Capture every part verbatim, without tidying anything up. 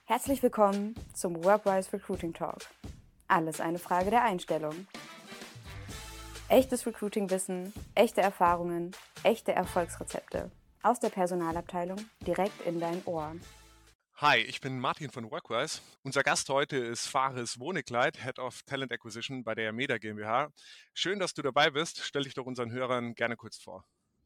Herzlich willkommen zum Workwise Recruiting Talk. Alles eine Frage der Einstellung. Echtes Recruiting-Wissen, echte Erfahrungen, echte Erfolgsrezepte. Aus der Personalabteilung direkt in dein Ohr. Hi, ich bin Martin von Workwise. Unser Gast heute ist Faris Wohnekleit, Head of Talent Acquisition bei der Yameda GmbH. Schön, dass du dabei bist. Stell dich doch unseren Hörern gerne kurz vor.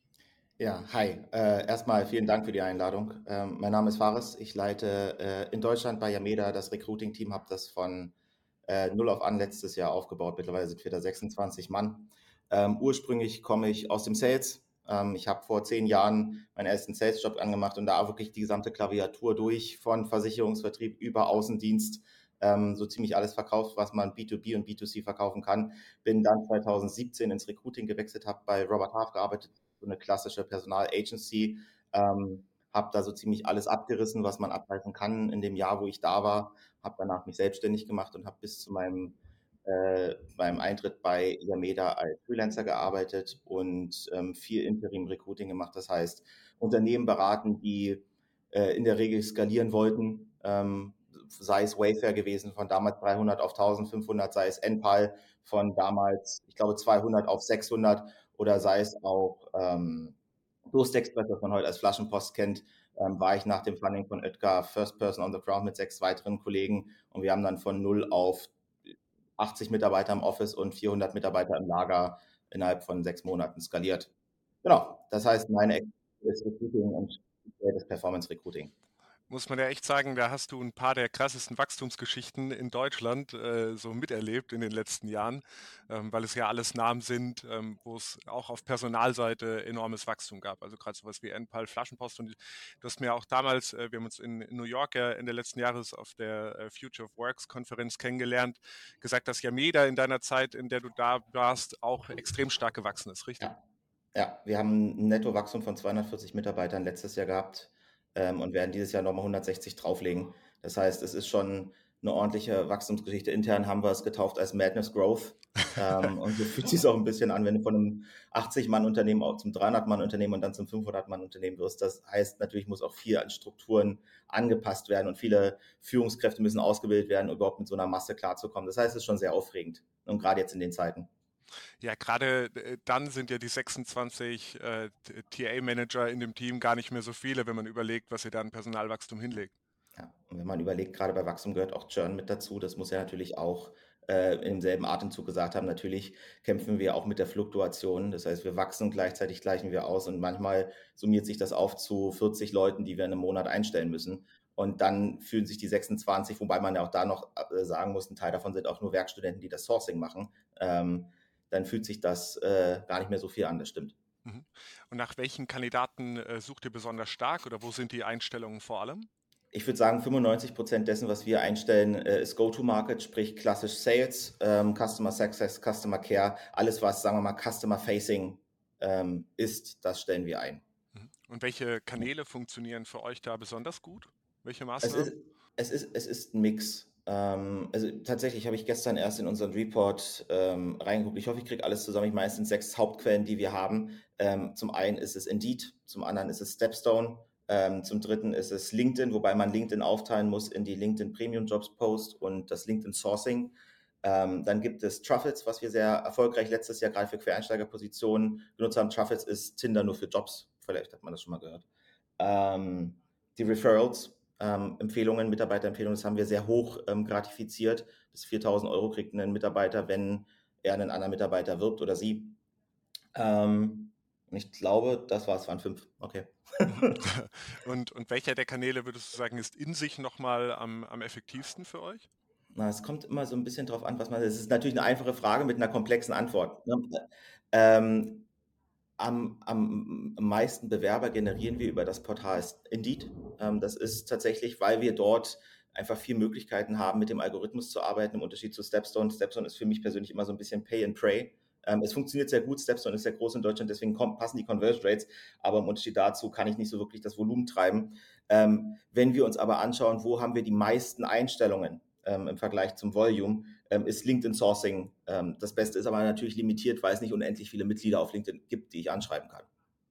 Ja, hi. Äh, erstmal vielen Dank für die Einladung. Ähm, mein Name ist Faris. Ich leite äh, in Deutschland bei Yameda das Recruiting-Team, habe das von äh, null auf an letztes Jahr aufgebaut. Mittlerweile sind wir da sechsundzwanzig Mann. Ähm, ursprünglich komme ich aus dem Sales. Ähm, ich habe vor zehn Jahren meinen ersten Sales-Job angemacht und da wirklich die gesamte Klaviatur durch, von Versicherungsvertrieb über Außendienst, ähm, so ziemlich alles verkauft, was man B zwei B und B zwei C verkaufen kann. Bin dann zweitausendsiebzehn ins Recruiting gewechselt, habe bei Robert Half gearbeitet, so eine klassische Personal-Agency. Ähm, habe da so ziemlich alles abgerissen, was man abreißen kann in dem Jahr, wo ich da war. Habe danach mich selbstständig gemacht und habe bis zu meinem, äh, meinem Eintritt bei Yameda als Freelancer gearbeitet und ähm, viel Interim-Recruiting gemacht. Das heißt, Unternehmen beraten, die äh, in der Regel skalieren wollten, ähm, sei es Wayfair gewesen, von damals dreihundert auf eintausendfünfhundert, sei es Enpal von damals, ich glaube, zweihundert auf sechshundert, oder sei es auch ähm, Durst Express, was man heute als Flaschenpost kennt, ähm, war ich nach dem Funding von Oetker First Person on the Ground mit sechs weiteren Kollegen und wir haben dann von null auf achtzig Mitarbeiter im Office und vierhundert Mitarbeiter im Lager innerhalb von sechs Monaten skaliert. Genau, das heißt, meine Expertise ist Recruiting und das Performance Recruiting. Muss man ja echt sagen, da hast du ein paar der krassesten Wachstumsgeschichten in Deutschland äh, so miterlebt in den letzten Jahren, ähm, weil es ja alles Namen sind, ähm, wo es auch auf Personalseite enormes Wachstum gab. Also gerade sowas wie Enpal, Flaschenpost. Und du hast mir auch damals, äh, wir haben uns in, in New York ja Ende letzten Jahres auf der äh, Future of Works Konferenz kennengelernt, gesagt, dass Yameda in deiner Zeit, in der du da warst, auch extrem stark gewachsen ist, richtig? Ja. Ja, wir haben ein Nettowachstum von zweihundertvierzig Mitarbeitern letztes Jahr gehabt ähm, und werden dieses Jahr nochmal hundertsechzig drauflegen. Das heißt, es ist schon eine ordentliche Wachstumsgeschichte. Intern haben wir es getauft als Madness Growth. Ähm, und so fühlt es sich auch ein bisschen an, wenn du von einem achtzig-Mann-Unternehmen auch zum dreihundert-Mann-Unternehmen und dann zum fünfhundert-Mann-Unternehmen wirst. Das heißt, natürlich muss auch viel an Strukturen angepasst werden und viele Führungskräfte müssen ausgebildet werden, um überhaupt mit so einer Masse klarzukommen. Das heißt, es ist schon sehr aufregend. Und gerade jetzt in den Zeiten. Ja, gerade äh, dann sind ja die sechsundzwanzig äh, T A-Manager in dem Team gar nicht mehr so viele, wenn man überlegt, was ihr da an Personalwachstum hinlegt. Ja, und wenn man überlegt, gerade bei Wachstum gehört auch Churn mit dazu. Das muss ja natürlich auch äh, im selben Atemzug gesagt haben. Natürlich kämpfen wir auch mit der Fluktuation. Das heißt, wir wachsen, gleichzeitig gleichen wir aus und manchmal summiert sich das auf zu vierzig Leuten, die wir in einem Monat einstellen müssen. Und dann fühlen sich die sechsundzwanzig, wobei man ja auch da noch äh, sagen muss, ein Teil davon sind auch nur Werkstudenten, die das Sourcing machen. Ähm, dann fühlt sich das äh, gar nicht mehr so viel an, das stimmt. Mhm. Und nach welchen Kandidaten äh, sucht ihr besonders stark oder wo sind die Einstellungen vor allem? Ich würde sagen, fünfundneunzig Prozent dessen, was wir einstellen, äh, ist Go-to-Market, sprich klassisch Sales, ähm, Customer Success, Customer Care, alles, was, sagen wir mal, Customer Facing ähm, ist, das stellen wir ein. Mhm. Und welche Kanäle funktionieren für euch da besonders gut? Welche Es Maßnahmen? ist, es ist, es ist ein Mix. Ähm, also tatsächlich habe ich gestern erst in unseren Report ähm, reingeguckt. Ich hoffe, ich kriege alles zusammen. Ich meine, es sind sechs Hauptquellen, die wir haben. Ähm, zum einen ist es Indeed, zum anderen ist es Stepstone, ähm, zum dritten ist es LinkedIn, wobei man LinkedIn aufteilen muss in die LinkedIn Premium Jobs Post und das LinkedIn Sourcing. Ähm, dann gibt es Truffles, was wir sehr erfolgreich letztes Jahr gerade für Quereinsteigerpositionen genutzt haben. Truffles ist Tinder nur für Jobs. Vielleicht hat man das schon mal gehört. Ähm, die Referrals, ähm, Empfehlungen, Mitarbeiterempfehlungen, das haben wir sehr hoch ähm, gratifiziert. Bis viertausend Euro kriegt ein Mitarbeiter, wenn er einen anderen Mitarbeiter wirbt oder sie. Ähm, und ich glaube, das war es, waren fünf. Okay. Mhm. Und, und welcher der Kanäle würdest du sagen, ist in sich nochmal am, am effektivsten für euch? Na, es kommt immer so ein bisschen drauf an, was man. Es ist natürlich eine einfache Frage mit einer komplexen Antwort. Ne? Ähm, Am, am meisten Bewerber generieren wir über das Portal Indeed. Ähm, das ist tatsächlich, weil wir dort einfach viel Möglichkeiten haben, mit dem Algorithmus zu arbeiten, im Unterschied zu Stepstone. Stepstone ist für mich persönlich immer so ein bisschen Pay and Pray. Ähm, es funktioniert sehr gut, Stepstone ist sehr groß in Deutschland, deswegen kommen, passen die Conversion Rates, aber im Unterschied dazu kann ich nicht so wirklich das Volumen treiben. Ähm, wenn wir uns aber anschauen, wo haben wir die meisten Einstellungen ähm, im Vergleich zum Volume, ähm, ist LinkedIn Sourcing. Ähm, das Beste ist aber natürlich limitiert, weil es nicht unendlich viele Mitglieder auf LinkedIn gibt, die ich anschreiben kann.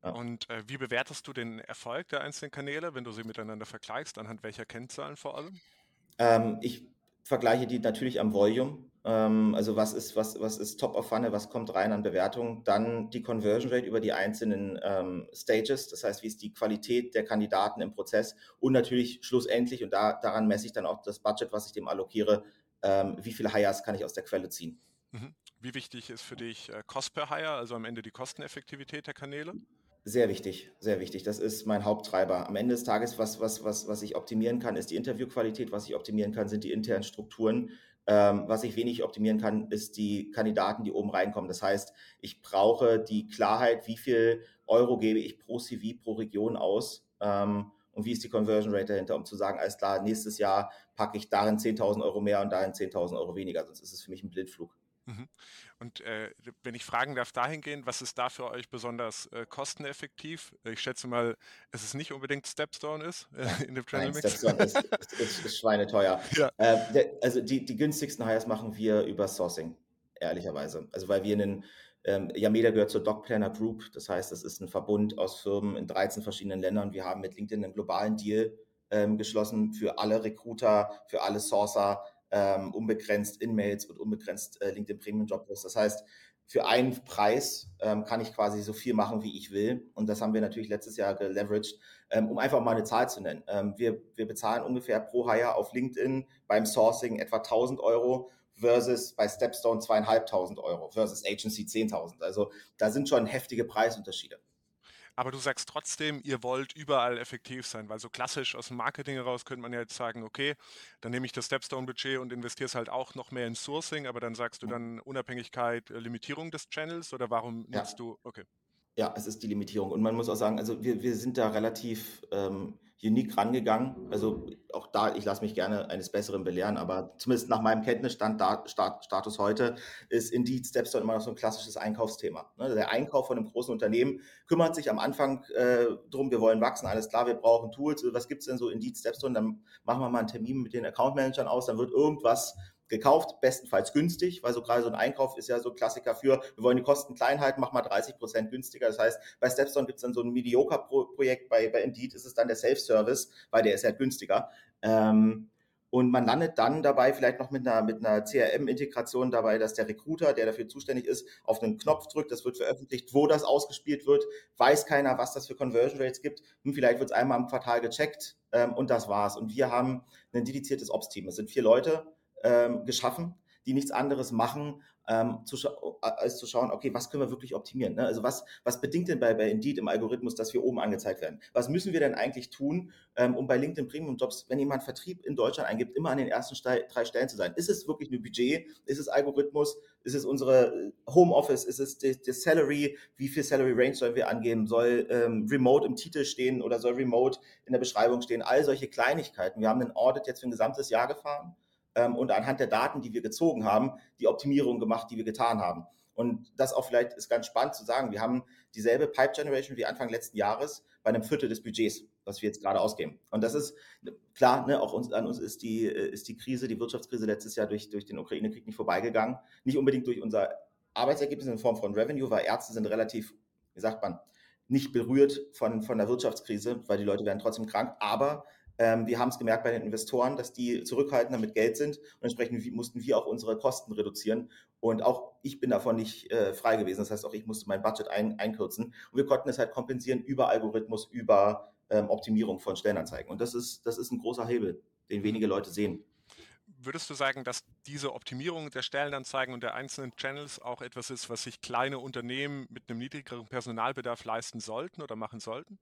Ja. Und äh, wie bewertest du den Erfolg der einzelnen Kanäle, wenn du sie miteinander vergleichst? Anhand welcher Kennzahlen vor allem? Ähm, ich vergleiche die natürlich am Volume. Ähm, also was ist, was, was ist Top of Funnel, was kommt rein an Bewertungen? Dann die Conversion Rate über die einzelnen ähm, Stages, das heißt, wie ist die Qualität der Kandidaten im Prozess und natürlich schlussendlich, und da, daran messe ich dann auch das Budget, was ich dem allokiere, ähm, wie viele Hires kann ich aus der Quelle ziehen. Mhm. Wie wichtig ist für dich äh, Cost per Hire, also am Ende die Kosteneffektivität der Kanäle? Sehr wichtig, sehr wichtig. Das ist mein Haupttreiber. Am Ende des Tages, was, was, was, was ich optimieren kann, ist die Interviewqualität. Was ich optimieren kann, sind die internen Strukturen. Ähm, was ich wenig optimieren kann, ist die Kandidaten, die oben reinkommen. Das heißt, ich brauche die Klarheit, wie viel Euro gebe ich pro C V, pro Region aus, ähm, und wie ist die Conversion Rate dahinter, um zu sagen, alles klar, nächstes Jahr packe ich darin zehntausend Euro mehr und darin zehntausend Euro weniger. Sonst ist es für mich ein Blindflug. Mhm. Und äh, wenn ich fragen darf dahingehend, was ist da für euch besonders äh, kosteneffektiv? Ich schätze mal, es ist nicht unbedingt Stepstone ist äh, in dem Channel Nein, Mix. Stepstone ist, ist, ist, ist schweineteuer. Ja. Äh, der, also die, die günstigsten Hires machen wir über Sourcing, ehrlicherweise. Also weil wir einen, ähm, Yameda gehört zur Doc Planner Group, das heißt, das ist ein Verbund aus Firmen in dreizehn verschiedenen Ländern. Wir haben mit LinkedIn einen globalen Deal ähm, geschlossen für alle Recruiter, für alle Sourcer, ähm, unbegrenzt In-Mails und unbegrenzt äh, LinkedIn Premium Jobposts. Das heißt, für einen Preis ähm, kann ich quasi so viel machen, wie ich will. Und das haben wir natürlich letztes Jahr geleveraged, ähm, um einfach mal eine Zahl zu nennen. Ähm, wir, wir bezahlen ungefähr pro Hire auf LinkedIn beim Sourcing etwa tausend Euro versus bei Stepstone zweieinhalbtausend Euro versus Agency zehntausend. Also da sind schon heftige Preisunterschiede. Aber du sagst trotzdem, ihr wollt überall effektiv sein, weil so klassisch aus dem Marketing heraus könnte man ja jetzt sagen, okay, dann nehme ich das Stepstone-Budget und investiere es halt auch noch mehr in Sourcing, aber dann sagst du dann Unabhängigkeit, äh, Limitierung des Channels oder warum Ja. nutzt du, okay. Ja, es ist die Limitierung. Und man muss auch sagen, also wir, wir sind da relativ ähm, unique rangegangen. Also auch da, ich lasse mich gerne eines Besseren belehren, aber zumindest nach meinem Kenntnisstand, da, Stat, Status heute, ist Indeed Stepstone immer noch so ein klassisches Einkaufsthema. Ne? Der Einkauf von einem großen Unternehmen kümmert sich am Anfang äh, drum, wir wollen wachsen, alles klar, wir brauchen Tools. Was gibt es denn so Indeed Stepstone? Dann machen wir mal einen Termin mit den Account Managern aus, dann wird irgendwas gekauft, bestenfalls günstig, weil so gerade so ein Einkauf ist ja so ein Klassiker für, wir wollen die Kosten klein halten, mach mal dreißig Prozent günstiger. Das heißt, bei Stepstone gibt es dann so ein Mediocre-Projekt, bei, bei Indeed ist es dann der Self-Service, weil der ist halt günstiger. Ähm, und man landet dann dabei vielleicht noch mit einer, mit einer C R M-Integration dabei, dass der Recruiter, der dafür zuständig ist, auf einen Knopf drückt, das wird veröffentlicht, wo das ausgespielt wird, weiß keiner, was das für Conversion Rates gibt. Hm, vielleicht wird es einmal im Quartal gecheckt ähm, und das war's. Und wir haben ein dediziertes Ops-Team. Es sind vier Leute, ähm, geschaffen, die nichts anderes machen, ähm, zu als zu schauen, okay, was können wir wirklich optimieren? Ne? Also was, was bedingt denn bei, bei Indeed im Algorithmus, dass wir oben angezeigt werden? Was müssen wir denn eigentlich tun, ähm, um bei LinkedIn Premium Jobs, wenn jemand Vertrieb in Deutschland eingibt, immer an den ersten Ste- drei Stellen zu sein? Ist es wirklich ein Budget? Ist es Algorithmus? Ist es unsere Homeoffice? Ist es die, die Salary? Wie viel Salary Range sollen wir angeben? Soll ähm, Remote im Titel stehen oder soll Remote in der Beschreibung stehen? All solche Kleinigkeiten. Wir haben einen Audit jetzt für ein gesamtes Jahr gefahren ähm, und anhand der Daten, die wir gezogen haben, die Optimierung gemacht, die wir getan haben. Und das auch vielleicht ist ganz spannend zu sagen. Wir haben dieselbe Pipe Generation wie Anfang letzten Jahres bei einem Viertel des Budgets, was wir jetzt gerade ausgeben. Und das ist klar, ne, auch uns, an uns ist die, ist die Krise, die Wirtschaftskrise letztes Jahr durch, durch den Ukraine-Krieg nicht vorbeigegangen. Nicht unbedingt durch unser Arbeitsergebnis in Form von Revenue, weil Ärzte sind relativ, wie sagt man, nicht berührt von, von der Wirtschaftskrise, weil die Leute werden trotzdem krank. Aber ähm, wir haben es gemerkt bei den Investoren, dass die zurückhaltender mit Geld sind und entsprechend mussten wir auch unsere Kosten reduzieren. Und auch ich bin davon nicht äh, frei gewesen. Das heißt, auch ich musste mein Budget ein, einkürzen. Und wir konnten es halt kompensieren über Algorithmus, über ähm, Optimierung von Stellenanzeigen. Und das ist, das ist ein großer Hebel, den wenige Leute sehen. Würdest du sagen, dass diese Optimierung der Stellenanzeigen und der einzelnen Channels auch etwas ist, was sich kleine Unternehmen mit einem niedrigeren Personalbedarf leisten sollten oder machen sollten?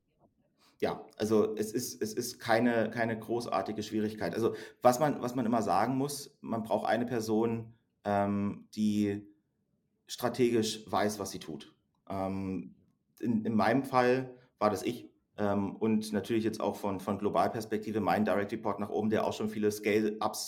Ja, also es ist, es ist keine, keine großartige Schwierigkeit. Also was man, was man immer sagen muss, man braucht eine Person, ähm, die strategisch weiß, was sie tut. Ähm, in, in meinem Fall war das ich. Ähm, und natürlich jetzt auch von, von Globalperspektive mein Direct Report nach oben, der auch schon viele Scale-Ups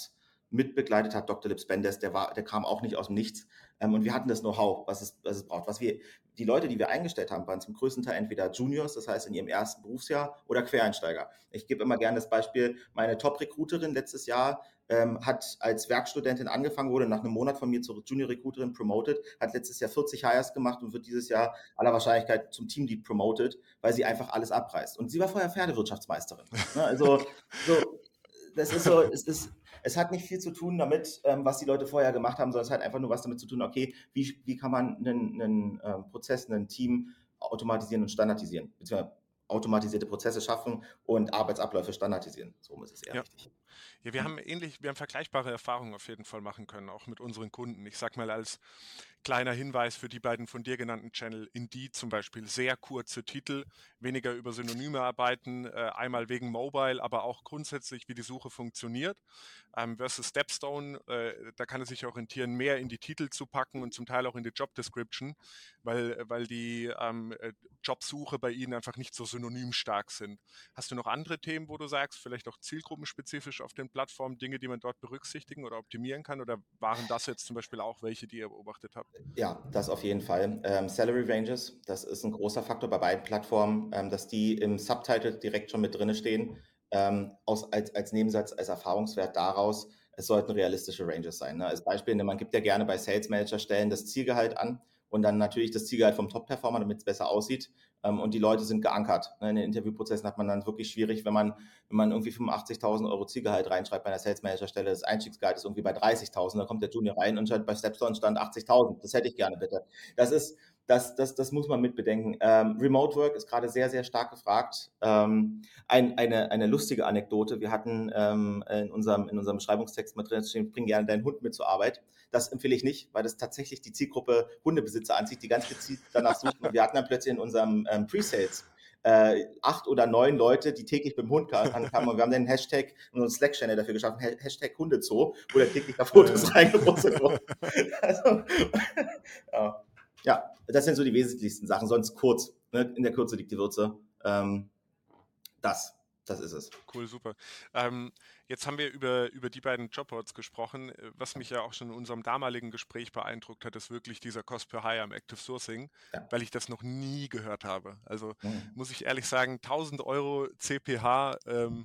mitbegleitet hat, Doktor Lips Bendes, der war, der kam auch nicht aus dem Nichts. Ähm, und wir hatten das Know-how, was es, was es braucht. Was wir, die Leute, die wir eingestellt haben, waren zum größten Teil entweder Juniors, das heißt in ihrem ersten Berufsjahr, oder Quereinsteiger. Ich gebe immer gerne das Beispiel, meine Top-Recruiterin letztes Jahr ähm, hat als Werkstudentin angefangen, wurde nach einem Monat von mir zur Junior-Recruiterin promoted, hat letztes Jahr vierzig Hires gemacht und wird dieses Jahr aller Wahrscheinlichkeit zum Teamlead promoted, weil sie einfach alles abreißt. Und sie war vorher Pferdewirtschaftsmeisterin. Ne? Also so, das ist so, es ist, es hat nicht viel zu tun damit, ähm, was die Leute vorher gemacht haben, sondern es hat einfach nur was damit zu tun, okay, wie, wie kann man einen, einen ähm, Prozess, ein Team automatisieren und standardisieren, beziehungsweise automatisierte Prozesse schaffen und Arbeitsabläufe standardisieren. So ist es eher Ja. richtig. Ja, wir haben ähnlich, wir haben vergleichbare Erfahrungen auf jeden Fall machen können, auch mit unseren Kunden. Ich sag mal als kleiner Hinweis für die beiden von dir genannten Channel, Indeed zum Beispiel, sehr kurze Titel, weniger über Synonyme arbeiten, äh, einmal wegen Mobile, aber auch grundsätzlich, wie die Suche funktioniert. Ähm, versus Stepstone, äh, da kann es sich orientieren, mehr in die Titel zu packen und zum Teil auch in die Job Description, weil, weil die ähm, äh, Jobsuche bei ihnen einfach nicht so synonymstark sind. Hast du noch andere Themen, wo du sagst, vielleicht auch zielgruppenspezifisch auf den Plattformen, Dinge, die man dort berücksichtigen oder optimieren kann? Oder waren das jetzt zum Beispiel auch welche, die ihr beobachtet habt? Ja, das auf jeden Fall. Ähm, Salary Ranges, das ist ein großer Faktor bei beiden Plattformen, ähm, dass die im Subtitle direkt schon mit drin stehen, ähm, aus, als, als Nebensatz, als Erfahrungswert daraus, es sollten realistische Ranges sein. Ne? Als Beispiel, man gibt ja gerne bei Sales Manager Stellen das Zielgehalt an und dann natürlich das Zielgehalt vom Top-Performer, damit es besser aussieht. Ähm, und die Leute sind geankert. Ne? In den Interviewprozessen hat man dann wirklich schwierig, wenn man, wenn man irgendwie fünfundachtzigtausend Euro Zielgehalt reinschreibt bei einer Sales Manager Stelle, das Einstiegsgehalt ist irgendwie bei dreißigtausend, dann kommt der Junior rein und schaut, bei Stepstone stand achtzigtausend. Das hätte ich gerne, bitte. Das ist, das, das, das muss man mit bedenken. Ähm, Remote Work ist gerade sehr, sehr stark gefragt. Ähm, ein, eine, eine lustige Anekdote. Wir hatten ähm, in, unserem, in unserem Beschreibungstext mit drin stehen, bring gerne deinen Hund mit zur Arbeit. Das empfehle ich nicht, weil das tatsächlich die Zielgruppe Hundebesitzer anzieht, die ganz gezielt danach suchten. Und wir hatten dann plötzlich in unserem ähm, Pre-Sales äh, acht oder neun Leute, die täglich mit dem Hund ankamen. Und wir haben dann einen Hashtag, unseren Slack-Channel dafür geschaffen, Hashtag Hundezoo, wo der täglich da Fotos äh. reingerostet wurden. Also, ja. Ja, das sind so die wesentlichsten Sachen. Sonst kurz, ne? In der Kürze liegt die Würze. Ähm, das, das ist es. Cool, super. Ähm, jetzt haben wir über, über die beiden Jobboards gesprochen. Was mich ja auch schon in unserem damaligen Gespräch beeindruckt hat, ist wirklich dieser Cost per Hire am Active Sourcing, ja. Weil ich das noch nie gehört habe. Also mhm. muss ich ehrlich sagen, tausend Euro C P H, ähm,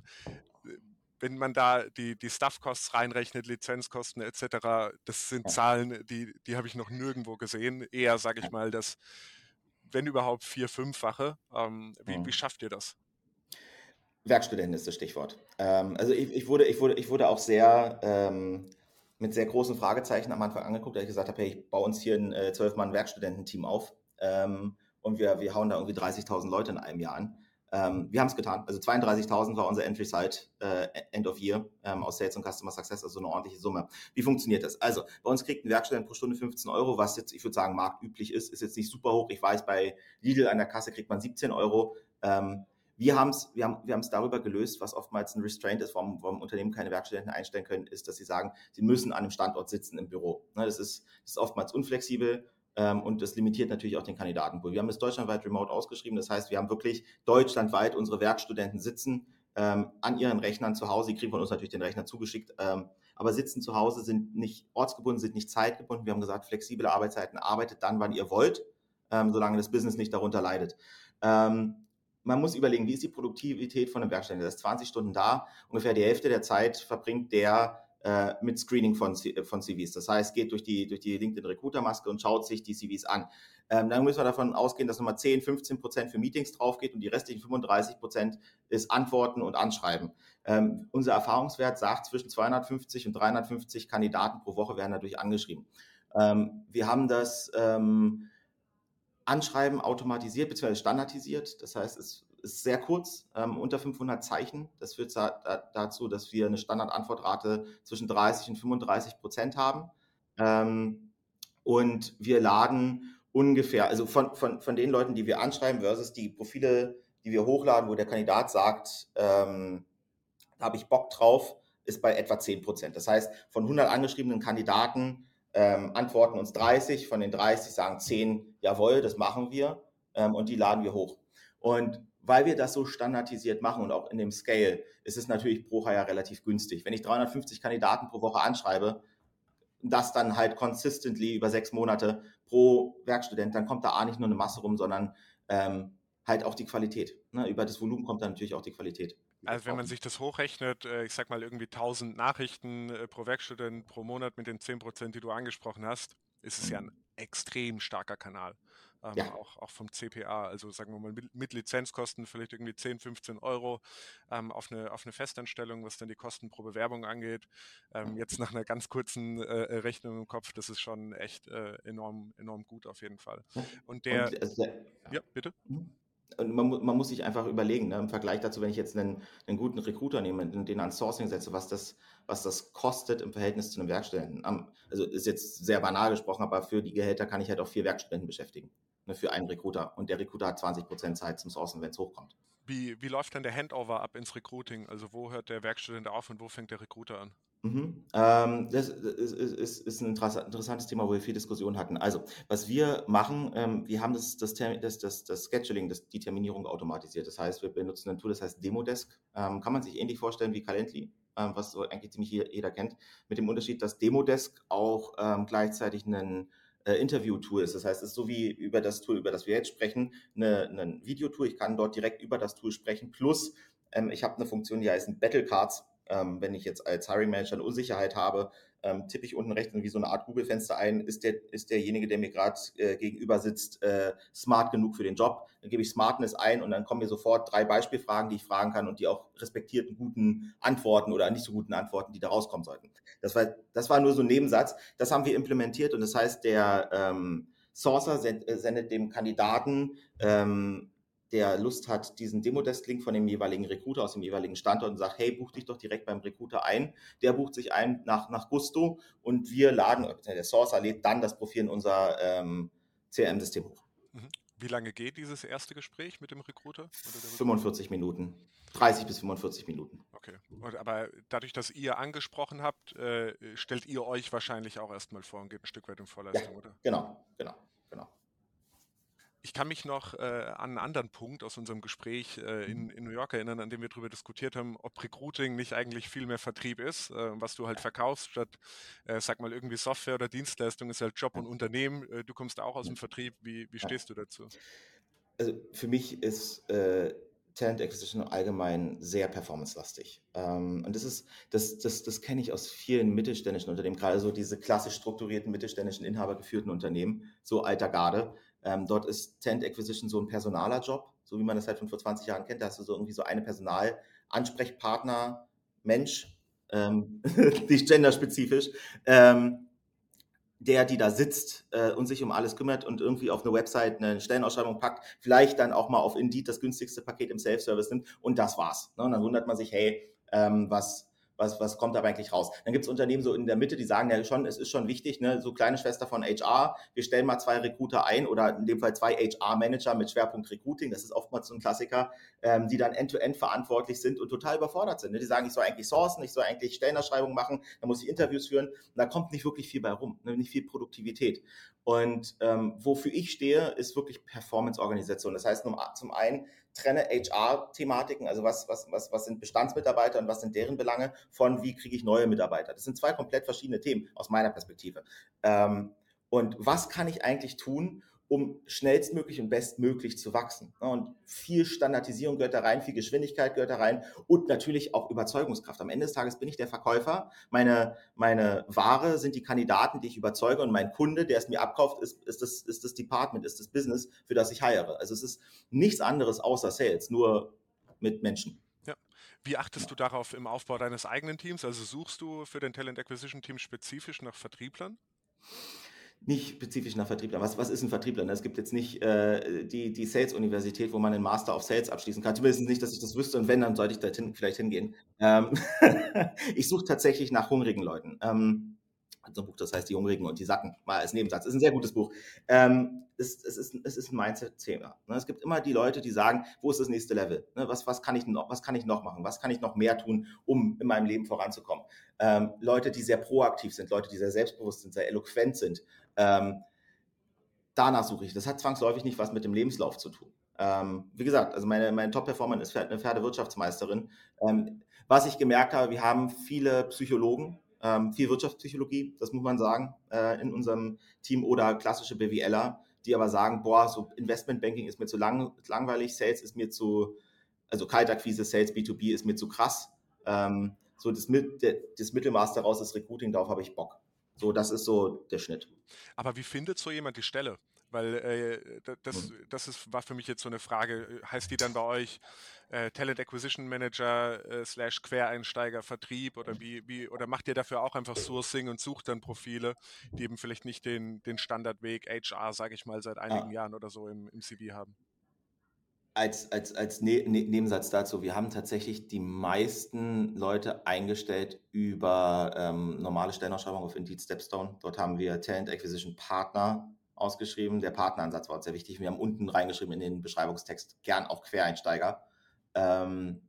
wenn man da die, die Stuff-Costs reinrechnet, Lizenzkosten et cetera, das sind ja. Zahlen, die, die habe ich noch nirgendwo gesehen. Eher, sage ich mal, das, wenn überhaupt, vier-, fünffache. Ähm, wie, mhm. wie schafft ihr das? Werkstudenten ist das Stichwort. Ähm, also ich, ich, wurde, ich, wurde, ich wurde auch sehr ähm, mit sehr großen Fragezeichen am Anfang angeguckt, da ich gesagt habe, hey, ich baue uns hier ein äh, zwölf Mann Werkstudententeam auf ähm, und wir, wir hauen da irgendwie dreißigtausend Leute in einem Jahr an. Ähm, wir haben es getan. Also zweiunddreißigtausend war unser Entry-Site äh, End of Year ähm, aus Sales und Customer Success, also eine ordentliche Summe. Wie funktioniert das? Also bei uns kriegt ein Werkstudent pro Stunde fünfzehn Euro, was jetzt, ich würde sagen, marktüblich ist, ist jetzt nicht super hoch. Ich weiß, bei Lidl an der Kasse kriegt man siebzehn Euro. Ähm, Wir, haben's, wir haben wir es darüber gelöst, was oftmals ein Restraint ist, warum, warum Unternehmen keine Werkstudenten einstellen können, ist, dass sie sagen, sie müssen an einem Standort sitzen im Büro. Ne, das, ist, das ist oftmals unflexibel ähm, und das limitiert natürlich auch den Kandidatenpool. Wir haben es deutschlandweit remote ausgeschrieben, das heißt, wir haben wirklich deutschlandweit unsere Werkstudenten sitzen ähm, an ihren Rechnern zu Hause. Die kriegen von uns natürlich den Rechner zugeschickt, ähm, aber sitzen zu Hause, sind nicht ortsgebunden, sind nicht zeitgebunden. Wir haben gesagt, flexible Arbeitszeiten, arbeitet dann, wann ihr wollt, ähm, solange das Business nicht darunter leidet. Ähm, Man muss überlegen, wie ist die Produktivität von einem Werkstudenten? Der ist zwanzig Stunden da, ungefähr die Hälfte der Zeit verbringt der äh, mit Screening von, von C Vs. Das heißt, geht durch die, durch die LinkedIn-Recruiter-Maske und schaut sich die C Vs an. Ähm, dann müssen wir davon ausgehen, dass nochmal zehn, fünfzehn Prozent für Meetings drauf geht und die restlichen fünfunddreißig Prozent ist Antworten und Anschreiben. Ähm, unser Erfahrungswert sagt, zwischen zweihundertfünfzig und dreihundertfünfzig Kandidaten pro Woche werden dadurch angeschrieben. Ähm, wir haben das... Ähm, Anschreiben automatisiert bzw. standardisiert. Das heißt, es ist sehr kurz, ähm, unter fünfhundert Zeichen. Das führt da, dazu, dass wir eine Standardantwortrate zwischen dreißig und fünfunddreißig Prozent haben. Ähm, und wir laden ungefähr, also von, von, von den Leuten, die wir anschreiben, versus die Profile, die wir hochladen, wo der Kandidat sagt, ähm, da habe ich Bock drauf, ist bei etwa zehn Prozent. Das heißt, von hundert angeschriebenen Kandidaten ähm, antworten uns dreißig, von den dreißig sagen zehn, jawohl, das machen wir, ähm, und die laden wir hoch. Und weil wir das so standardisiert machen und auch in dem Scale, ist es natürlich pro Hire relativ günstig. Wenn ich dreihundertfünfzig Kandidaten pro Woche anschreibe, das dann halt consistently über sechs Monate pro Werkstudent, dann kommt da A nicht nur eine Masse rum, sondern ähm, halt auch die Qualität. Ne? Über das Volumen kommt dann natürlich auch die Qualität. Also wenn man sich das hochrechnet, äh, ich sag mal irgendwie tausend Nachrichten äh, pro Werkstudent pro Monat mit den zehn Prozent, die du angesprochen hast, ist es ja ein extrem starker Kanal. Ähm, Ja. auch, auch vom C P A, also sagen wir mal mit, mit Lizenzkosten vielleicht irgendwie zehn, fünfzehn Euro ähm, auf, eine, auf eine Festanstellung, was dann die Kosten pro Bewerbung angeht. Ähm, jetzt nach einer ganz kurzen äh, Rechnung im Kopf, das ist schon echt äh, enorm, enorm gut auf jeden Fall. Und der, Und, also, ja, bitte? Und man, man muss sich einfach überlegen, ne, im Vergleich dazu, wenn ich jetzt einen, einen guten Recruiter nehme, den ans Sourcing setze, was das, was das kostet im Verhältnis zu einem Werkstudenten. Also ist jetzt sehr banal gesprochen, aber für die Gehälter kann ich halt auch vier Werkstudenten beschäftigen, ne, für einen Recruiter. Und der Recruiter hat zwanzig Prozent Zeit zum Sourcen, wenn es hochkommt. Wie, wie läuft dann der Handover ab ins Recruiting? Also wo hört der Werkstudent auf und wo fängt der Recruiter an? Mhm. Ähm, das ist, ist, ist ein interessantes Thema, wo wir viel Diskussion hatten. Also, was wir machen, ähm, wir haben das, das, das, das, das Scheduling, das, die Terminierung automatisiert. Das heißt, wir benutzen ein Tool, das heißt Demodesk. Ähm, kann man sich ähnlich vorstellen wie Calendly, ähm, was so eigentlich ziemlich jeder kennt, mit dem Unterschied, dass Demodesk auch ähm, gleichzeitig ein äh, Interview-Tool ist. Das heißt, es ist so wie über das Tool, über das wir jetzt sprechen, eine, ein Videotool. Ich kann dort direkt über das Tool sprechen. Plus, ähm, ich habe eine Funktion, die heißt Battle Cards. Ähm, wenn ich jetzt als Hiring Manager eine Unsicherheit habe, ähm, tippe ich unten rechts wie so eine Art Google-Fenster ein, ist, der, ist derjenige, der mir gerade äh, gegenüber sitzt, äh, smart genug für den Job. Dann gebe ich Smartness ein und dann kommen mir sofort drei Beispielfragen, die ich fragen kann und die auch respektierten guten Antworten oder nicht so guten Antworten, die da rauskommen sollten. Das war, das war nur so ein Nebensatz. Das haben wir implementiert und das heißt, der ähm, Sourcer sendet dem Kandidaten ähm, der Lust hat, diesen Demodesk-Link von dem jeweiligen Recruiter aus dem jeweiligen Standort und sagt, hey, buch dich doch direkt beim Recruiter ein. Der bucht sich ein nach, nach Gusto und wir laden, der Sourcer lädt dann das Profil in unser ähm, C R M-System hoch. Wie lange geht dieses erste Gespräch mit dem Recruiter? Oder der fünfundvierzig Minuten. dreißig bis fünfundvierzig Minuten. Okay. Aber dadurch, dass ihr angesprochen habt, äh, stellt ihr euch wahrscheinlich auch erstmal vor und geht ein Stück weit in Vorleistung, ja, oder? Genau, genau, genau. Ich kann mich noch äh, an einen anderen Punkt aus unserem Gespräch äh, in, in New York erinnern, an dem wir darüber diskutiert haben, ob Recruiting nicht eigentlich viel mehr Vertrieb ist, äh, was du halt verkaufst, statt, äh, sag mal, irgendwie Software oder Dienstleistung ist halt Job und Unternehmen. Äh, du kommst auch aus dem Vertrieb. Wie, wie stehst du dazu? Also für mich ist äh, Talent Acquisition allgemein sehr performancelastig. Ähm, und das ist, das, das, das kenne ich aus vielen mittelständischen Unternehmen, gerade so diese klassisch strukturierten mittelständischen inhabergeführten Unternehmen, so alter Garde. Ähm, dort ist Talent Acquisition so ein personaler Job, so wie man das halt von vor zwanzig Jahren kennt. Da hast du so irgendwie so eine Personalansprechpartner, Mensch, ähm, nicht genderspezifisch, ähm, der, die da sitzt äh, und sich um alles kümmert und irgendwie auf eine Website eine Stellenausschreibung packt, vielleicht dann auch mal auf Indeed das günstigste Paket im Self-Service nimmt und das war's. Ne? Und dann wundert man sich, hey, ähm, was, was, was kommt da eigentlich raus? Dann gibt es Unternehmen so in der Mitte, die sagen ja schon, es ist schon wichtig, ne? So kleine Schwester von H R, wir stellen mal zwei Recruiter ein oder in dem Fall zwei H R-Manager mit Schwerpunkt Recruiting, das ist oftmals so ein Klassiker, ähm, die dann end-to-end verantwortlich sind und total überfordert sind. Ne? Die sagen, ich soll eigentlich sourcen, ich soll eigentlich Stellenausschreibungen machen, dann muss ich Interviews führen und da kommt nicht wirklich viel bei rum, ne? Nicht viel Produktivität. Und ähm, wofür ich stehe, ist wirklich Performance-Organisation. Das heißt, zum einen trenne H R-Thematiken, also was, was, was, was sind Bestandsmitarbeiter und was sind deren Belange, von wie kriege ich neue Mitarbeiter. Das sind zwei komplett verschiedene Themen aus meiner Perspektive. Ähm, und was kann ich eigentlich tun, um schnellstmöglich und bestmöglich zu wachsen? Und viel Standardisierung gehört da rein, viel Geschwindigkeit gehört da rein und natürlich auch Überzeugungskraft. Am Ende des Tages bin ich der Verkäufer. Meine, meine Ware sind die Kandidaten, die ich überzeuge und mein Kunde, der es mir abkauft, ist, ist, das, ist das Department, ist das Business, für das ich hire. Also es ist nichts anderes außer Sales, nur mit Menschen. Ja. Wie achtest du darauf im Aufbau deines eigenen Teams? Also suchst du für dein Talent Acquisition Team spezifisch nach Vertrieblern? Nicht spezifisch nach Vertrieblern. Was, was ist ein Vertriebler? Es gibt jetzt nicht äh, die, die Sales-Universität, wo man einen Master of Sales abschließen kann. Zumindest nicht, dass ich das wüsste. Und wenn, dann sollte ich da hin, vielleicht hingehen. Ähm ich suche tatsächlich nach hungrigen Leuten. Ähm, so ein Buch, das heißt Die Hungrigen und die Sacken, mal als Nebensatz. Ist ein sehr gutes Buch. Ähm, es, es, ist, es ist ein Mindset-Thema. Ne? Es gibt immer die Leute, die sagen, wo ist das nächste Level? Ne? Was, was, kann ich noch, was kann ich noch machen? Was kann ich noch mehr tun, um in meinem Leben voranzukommen? Ähm, Leute, die sehr proaktiv sind, Leute, die sehr selbstbewusst sind, sehr eloquent sind. Ähm, danach suche ich. Das hat zwangsläufig nicht was mit dem Lebenslauf zu tun. Ähm, wie gesagt, also meine, meine Top-Performerin ist eine Pferdewirtschaftsmeisterin. Ähm, was ich gemerkt habe, wir haben viele Psychologen, ähm, viel Wirtschaftspsychologie, das muss man sagen, äh, in unserem Team oder klassische BWLer, die aber sagen, boah, so Investmentbanking ist mir zu lang, langweilig, Sales ist mir zu, also Kaltakquise, Sales, B zwei B ist mir zu krass. Ähm, so das, das Mittelmaß daraus ist Recruiting, darauf habe ich Bock. So, das ist so der Schnitt. Aber wie findet so jemand die Stelle? Weil äh, das, das ist, war für mich jetzt so eine Frage. Heißt die dann bei euch äh, Talent Acquisition Manager äh, slash Quereinsteiger Vertrieb oder wie, wie, oder macht ihr dafür auch einfach Sourcing und sucht dann Profile, die eben vielleicht nicht den, den Standardweg H R, sage ich mal, seit einigen Ah. Jahren oder so im, im C V haben? Als, als, als ne ne Nebensatz dazu, wir haben tatsächlich die meisten Leute eingestellt über ähm, normale Stellenausschreibungen auf Indeed Stepstone. Dort haben wir Talent Acquisition Partner ausgeschrieben. Der Partneransatz war uns sehr wichtig. Wir haben unten reingeschrieben in den Beschreibungstext, gern auch Quereinsteiger. Ähm,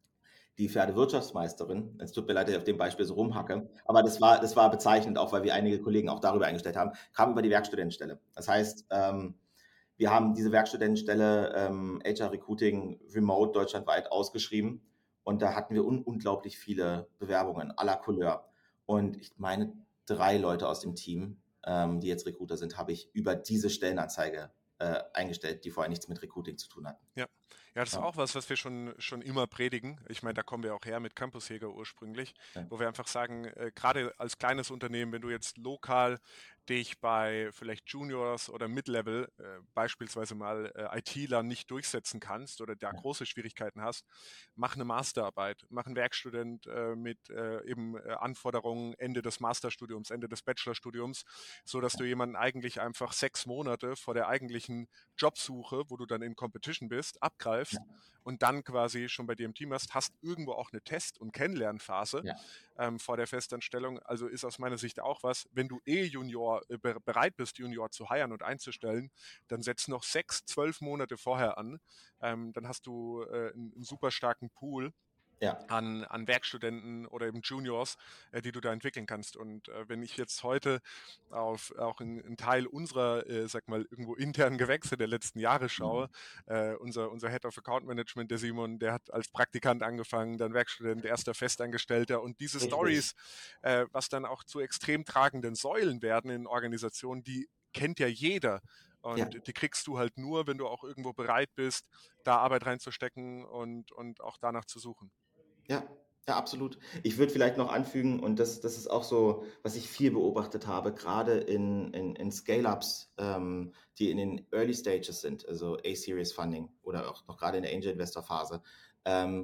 die Pferdewirtschaftsmeisterin, es tut mir leid, dass ich auf dem Beispiel so rumhacke, aber das war, das war bezeichnend, auch weil wir einige Kollegen auch darüber eingestellt haben, kam über die Werkstudentenstelle. Das heißt, ähm, wir haben diese Werkstudentenstelle ähm, H R Recruiting remote deutschlandweit ausgeschrieben und da hatten wir un unglaublich viele Bewerbungen aller Couleur. Und ich meine, drei Leute aus dem Team, ähm, die jetzt Recruiter sind, habe ich über diese Stellenanzeige äh, eingestellt, die vorher nichts mit Recruiting zu tun hatten. Ja. Ja, das ist Ja. auch was, was wir schon, schon immer predigen. Ich meine, da kommen wir auch her mit Campusjäger ursprünglich, Ja. wo wir einfach sagen, äh, gerade als kleines Unternehmen, wenn du jetzt lokal dich bei vielleicht Juniors oder Mid-Level äh, beispielsweise mal äh, ITler nicht durchsetzen kannst oder da Ja. große Schwierigkeiten hast, mach eine Masterarbeit, mach einen Werkstudent äh, mit äh, eben äh, Anforderungen Ende des Masterstudiums, Ende des Bachelorstudiums, so dass du jemanden eigentlich einfach sechs Monate vor der eigentlichen Jobsuche, wo du dann in Competition bist, abgreifst Ja. und dann quasi schon bei dir im Team hast, hast irgendwo auch eine Test- und Kennenlernphase Ja. ähm, vor der Festanstellung. Also ist aus meiner Sicht auch was, wenn du eh Junior äh, be- bereit bist, Junior zu hiren und einzustellen, dann setz noch sechs, zwölf Monate vorher an. Ähm, dann hast du äh, einen, einen super starken Pool Ja. an, an Werkstudenten oder eben Juniors, äh, die du da entwickeln kannst. Und äh, wenn ich jetzt heute auf auch einen Teil unserer, äh, sag mal, irgendwo internen Gewächse der letzten Jahre schaue, äh, unser, unser Head of Account Management, der Simon, der hat als Praktikant angefangen, dann Werkstudent, erster Festangestellter und diese Richtig. Stories, äh, was dann auch zu extrem tragenden Säulen werden in Organisationen, die kennt ja jeder. Und Ja. die kriegst du halt nur, wenn du auch irgendwo bereit bist, da Arbeit reinzustecken und, und auch danach zu suchen. Ja, ja, absolut. Ich würde vielleicht noch anfügen, und das, das ist auch so, was ich viel beobachtet habe, gerade in, in, in Scale-Ups, ähm, die in den Early Stages sind, also A-Series Funding oder auch noch gerade in der Angel Investor Phase. Ähm,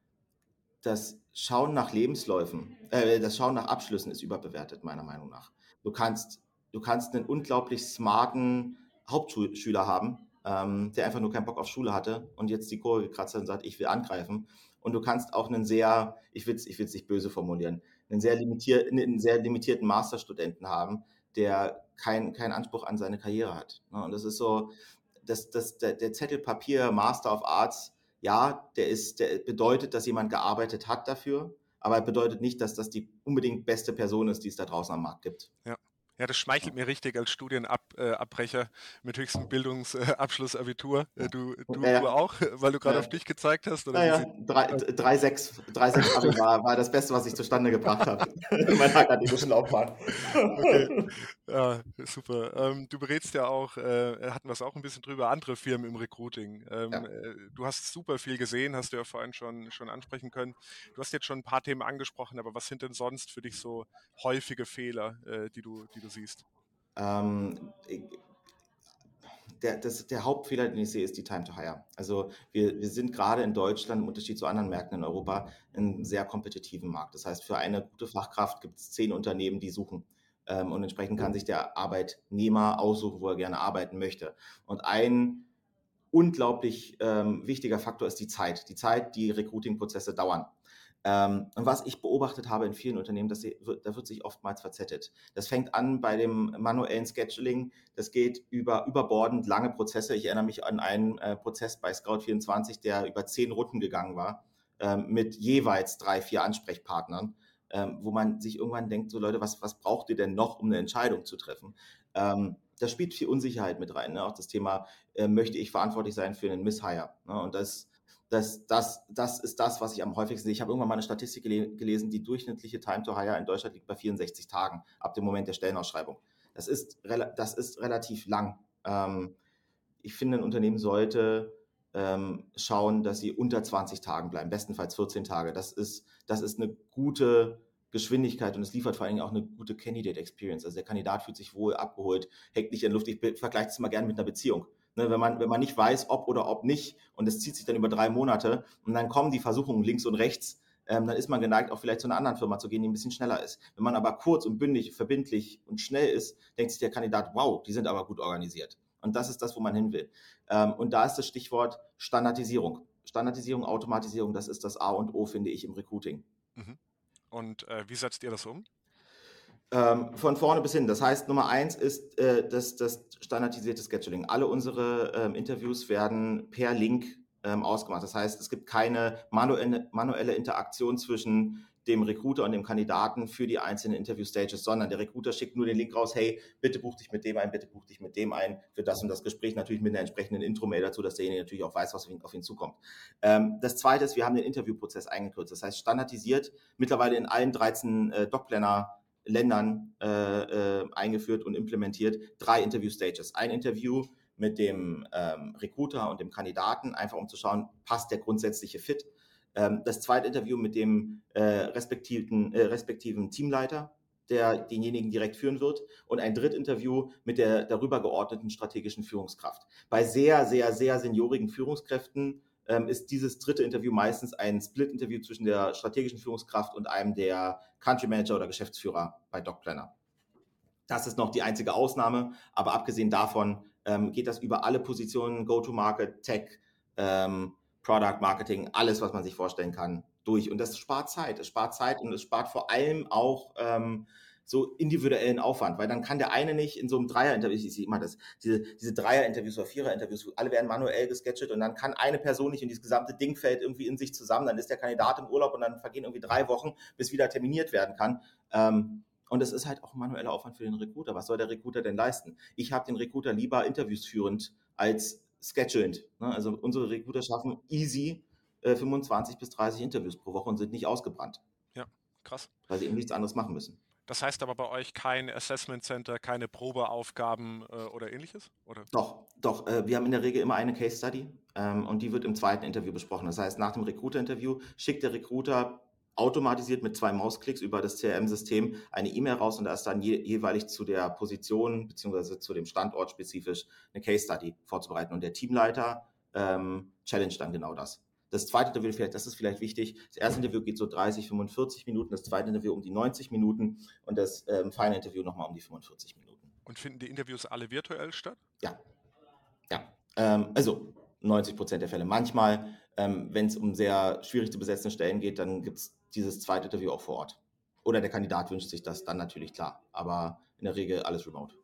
das Schauen nach Lebensläufen, äh, das Schauen nach Abschlüssen ist überbewertet, meiner Meinung nach. Du kannst, du kannst einen unglaublich smarten Hauptschüler haben, ähm, der einfach nur keinen Bock auf Schule hatte und jetzt die Kurve gekratzt hat und sagt, ich will angreifen. Und du kannst auch einen sehr, ich will es ich will's nicht böse formulieren, einen sehr, limitier, einen sehr limitierten Masterstudenten haben, der keinen keinen Anspruch an seine Karriere hat. Und das ist so, das, das, der, der Zettel Papier Master of Arts, ja, der ist, der bedeutet, dass jemand gearbeitet hat dafür, aber bedeutet nicht, dass das die unbedingt beste Person ist, die es da draußen am Markt gibt. Ja. Ja, das schmeichelt mir richtig als Studienabbrecher äh, mit höchstem Bildungsabschluss, Abitur. Äh, du, du, Ja, du ja. auch, weil du gerade Ja. auf dich gezeigt hast? Oder wie Naja, sieht drei sechs Abi war, war das Beste, was ich zustande gebracht habe in meiner akademischen Laufbahn. Okay, ja, super. Ähm, du berätst ja auch, äh, hatten wir es auch ein bisschen drüber, andere Firmen im Recruiting. Ähm, Ja. äh, du hast super viel gesehen, hast du ja vorhin schon, schon ansprechen können. Du hast jetzt schon ein paar Themen angesprochen, aber was sind denn sonst für dich so häufige Fehler, äh, die du, die du siehst? Ähm, ich- der, das, der Hauptfehler, den ich sehe, ist die Time to Hire. Also wir, wir sind gerade in Deutschland im Unterschied zu anderen Märkten in Europa in einem sehr kompetitiven Markt. Das heißt, für eine gute Fachkraft gibt es zehn Unternehmen, die suchen. Ähm, und entsprechend kann sich der Arbeitnehmer aussuchen, wo er gerne arbeiten möchte. Und ein unglaublich ähm, wichtiger Faktor ist die Zeit. Die Zeit, die Recruiting-Prozesse dauern. Ähm, und was ich beobachtet habe in vielen Unternehmen, das, da wird sich oftmals verzettet. Das fängt an bei dem manuellen Scheduling, das geht über überbordend lange Prozesse. Ich erinnere mich an einen äh, Prozess bei Scout vierundzwanzig, der über zehn Runden gegangen war, ähm, mit jeweils drei, vier Ansprechpartnern, ähm, wo man sich irgendwann denkt, so Leute, was, was braucht ihr denn noch, um eine Entscheidung zu treffen? Ähm, da spielt viel Unsicherheit mit rein. Ne? Auch das Thema, äh, möchte ich verantwortlich sein für einen Misshire? Ne? Und das, das, das, das ist das, was ich am häufigsten sehe. Ich habe irgendwann mal eine Statistik gele- gelesen, die durchschnittliche Time to Hire in Deutschland liegt bei vierundsechzig Tagen ab dem Moment der Stellenausschreibung. Das ist, rela- das ist relativ lang. Ähm, ich finde, ein Unternehmen sollte ähm, schauen, dass sie unter zwanzig Tagen bleiben, bestenfalls vierzehn Tage. Das ist, das ist eine gute Geschwindigkeit und es liefert vor allen Dingen auch eine gute Candidate Experience. Also der Kandidat fühlt sich wohl abgeholt, hängt nicht in der Luft. Ich be- vergleiche es immer gerne mit einer Beziehung. Ne, wenn man, wenn man nicht weiß, ob oder ob nicht, und es zieht sich dann über drei Monate und dann kommen die Versuchungen links und rechts, ähm, dann ist man geneigt, auch vielleicht zu einer anderen Firma zu gehen, die ein bisschen schneller ist. Wenn man aber kurz und bündig, verbindlich und schnell ist, denkt sich der Kandidat, wow, die sind aber gut organisiert. Und das ist das, wo man hin will. Ähm, und da ist das Stichwort Standardisierung. Standardisierung, Automatisierung, das ist das A und O, finde ich, im Recruiting. Mhm. Und äh, wie setzt ihr das um? Ähm, von vorne bis hin. Das heißt, Nummer eins ist äh, das, das standardisierte Scheduling. Alle unsere ähm, Interviews werden per Link ähm, ausgemacht. Das heißt, es gibt keine manuelle, manuelle Interaktion zwischen dem Recruiter und dem Kandidaten für die einzelnen Interview-Stages, sondern der Recruiter schickt nur den Link raus, hey, bitte buch dich mit dem ein, bitte buch dich mit dem ein für das und das Gespräch, natürlich mit einer entsprechenden Intro-Mail dazu, dass derjenige natürlich auch weiß, was auf ihn, auf ihn zukommt. Ähm, das Zweite ist, wir haben den Interviewprozess eingekürzt. Das heißt, standardisiert, mittlerweile in allen dreizehn äh, Doc-Planner Ländern äh, äh, eingeführt und implementiert, drei Interview-Stages. Ein Interview mit dem ähm, Recruiter und dem Kandidaten, einfach um zu schauen, passt der grundsätzliche Fit. Ähm, das zweite Interview mit dem äh, respektiven, äh, respektiven Teamleiter, der denjenigen direkt führen wird. Und ein Drittinterview mit der darüber geordneten strategischen Führungskraft. Bei sehr, sehr, sehr seniorigen Führungskräften ähm, ist dieses dritte Interview meistens ein Split-Interview zwischen der strategischen Führungskraft und einem der Country Manager oder Geschäftsführer bei DocPlanner. Das ist noch die einzige Ausnahme, aber abgesehen davon ähm, geht das über alle Positionen, Go-to-Market, Tech, ähm, Product Marketing, alles, was man sich vorstellen kann, durch. Und das spart Zeit. Es spart Zeit und es spart vor allem auch ähm, so individuellen Aufwand, weil dann kann der eine nicht in so einem Dreier-Interview, ich sehe immer das, diese, diese Dreier-Interviews oder Vierer-Interviews, alle werden manuell gesketcht und dann kann eine Person nicht und dieses gesamte Ding fällt irgendwie in sich zusammen, dann ist der Kandidat im Urlaub und dann vergehen irgendwie drei Wochen, bis wieder terminiert werden kann. Ähm, und es ist halt auch ein manueller Aufwand für den Recruiter. Was soll der Recruiter denn leisten? Ich habe den Recruiter lieber Interviews führend als schedulend. Ne? Also unsere Recruiter schaffen easy äh, fünfundzwanzig bis dreißig Interviews pro Woche und sind nicht ausgebrannt. Ja, krass. Weil sie eben nichts anderes machen müssen. Das heißt aber bei euch kein Assessment Center, keine Probeaufgaben äh, oder ähnliches? Oder? Doch, doch. Äh, wir haben in der Regel immer eine Case Study ähm, und die wird im zweiten Interview besprochen. Das heißt, nach dem Recruiter-Interview schickt der Recruiter automatisiert mit zwei Mausklicks über das C R M-System eine E-Mail raus und da ist dann je, jeweilig zu der Position bzw. zu dem Standort spezifisch eine Case Study vorzubereiten. Und der Teamleiter ähm, challenge dann genau das. Das zweite Interview, vielleicht, das ist vielleicht wichtig, das erste Interview geht so dreißig, fünfundvierzig Minuten, das zweite Interview um die neunzig Minuten und das ähm, Final Interview nochmal um die fünfundvierzig Minuten. Und finden die Interviews alle virtuell statt? Ja, ja. Ähm, also neunzig Prozent der Fälle. Manchmal, ähm, wenn es um sehr schwierig zu besetzende Stellen geht, dann gibt es dieses zweite Interview auch vor Ort. Oder der Kandidat wünscht sich das, dann natürlich klar. Aber in der Regel alles remote.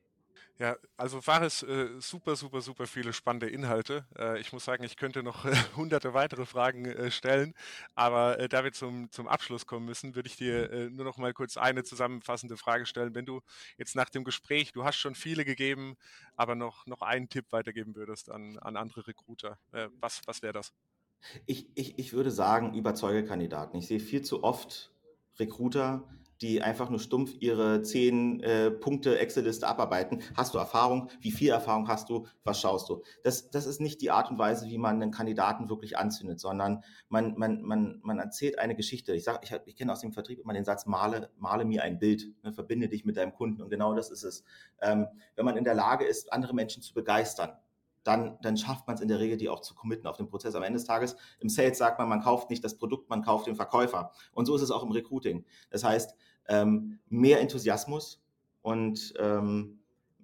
Ja, also war es äh, super, super, super viele spannende Inhalte. Äh, ich muss sagen, ich könnte noch äh, hunderte weitere Fragen äh, stellen, aber äh, da wir zum, zum Abschluss kommen müssen, würde ich dir äh, nur noch mal kurz eine zusammenfassende Frage stellen. Wenn du jetzt nach dem Gespräch, du hast schon viele gegeben, aber noch, noch einen Tipp weitergeben würdest an, an andere Recruiter, äh, was, was wäre das? Ich, ich, ich würde sagen, überzeuge Kandidaten. Ich sehe viel zu oft Recruiter, die einfach nur stumpf ihre zehn äh, Punkte Excel-Liste abarbeiten. Hast du Erfahrung? Wie viel Erfahrung hast du? Was schaust du? Das, das ist nicht die Art und Weise, wie man einen Kandidaten wirklich anzündet, sondern man, man, man, man erzählt eine Geschichte. Ich, sag, ich, ich kenne aus dem Vertrieb immer den Satz, male, male mir ein Bild, ne, verbinde dich mit deinem Kunden. Und genau das ist es. Ähm, wenn man in der Lage ist, andere Menschen zu begeistern, dann, dann schafft man es in der Regel, die auch zu committen auf den Prozess. Am Ende des Tages, im Sales sagt man, man kauft nicht das Produkt, man kauft den Verkäufer. Und so ist es auch im Recruiting. Das heißt, ähm, mehr Enthusiasmus und ähm,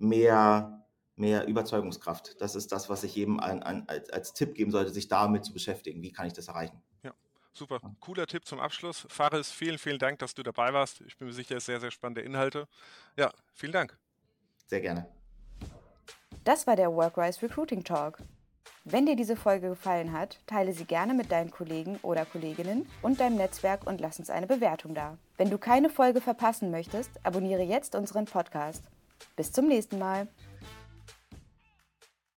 mehr, mehr Überzeugungskraft. Das ist das, was ich jedem an, an, als, als Tipp geben sollte, sich damit zu beschäftigen. Wie kann ich das erreichen? Ja, super. Cooler Tipp zum Abschluss. Faris, vielen, vielen Dank, dass du dabei warst. Ich bin mir sicher, sehr, sehr spannende Inhalte. Ja, vielen Dank. Sehr gerne. Das war der Workwise Recruiting Talk. Wenn dir diese Folge gefallen hat, teile sie gerne mit deinen Kollegen oder Kolleginnen und deinem Netzwerk und lass uns eine Bewertung da. Wenn du keine Folge verpassen möchtest, abonniere jetzt unseren Podcast. Bis zum nächsten Mal.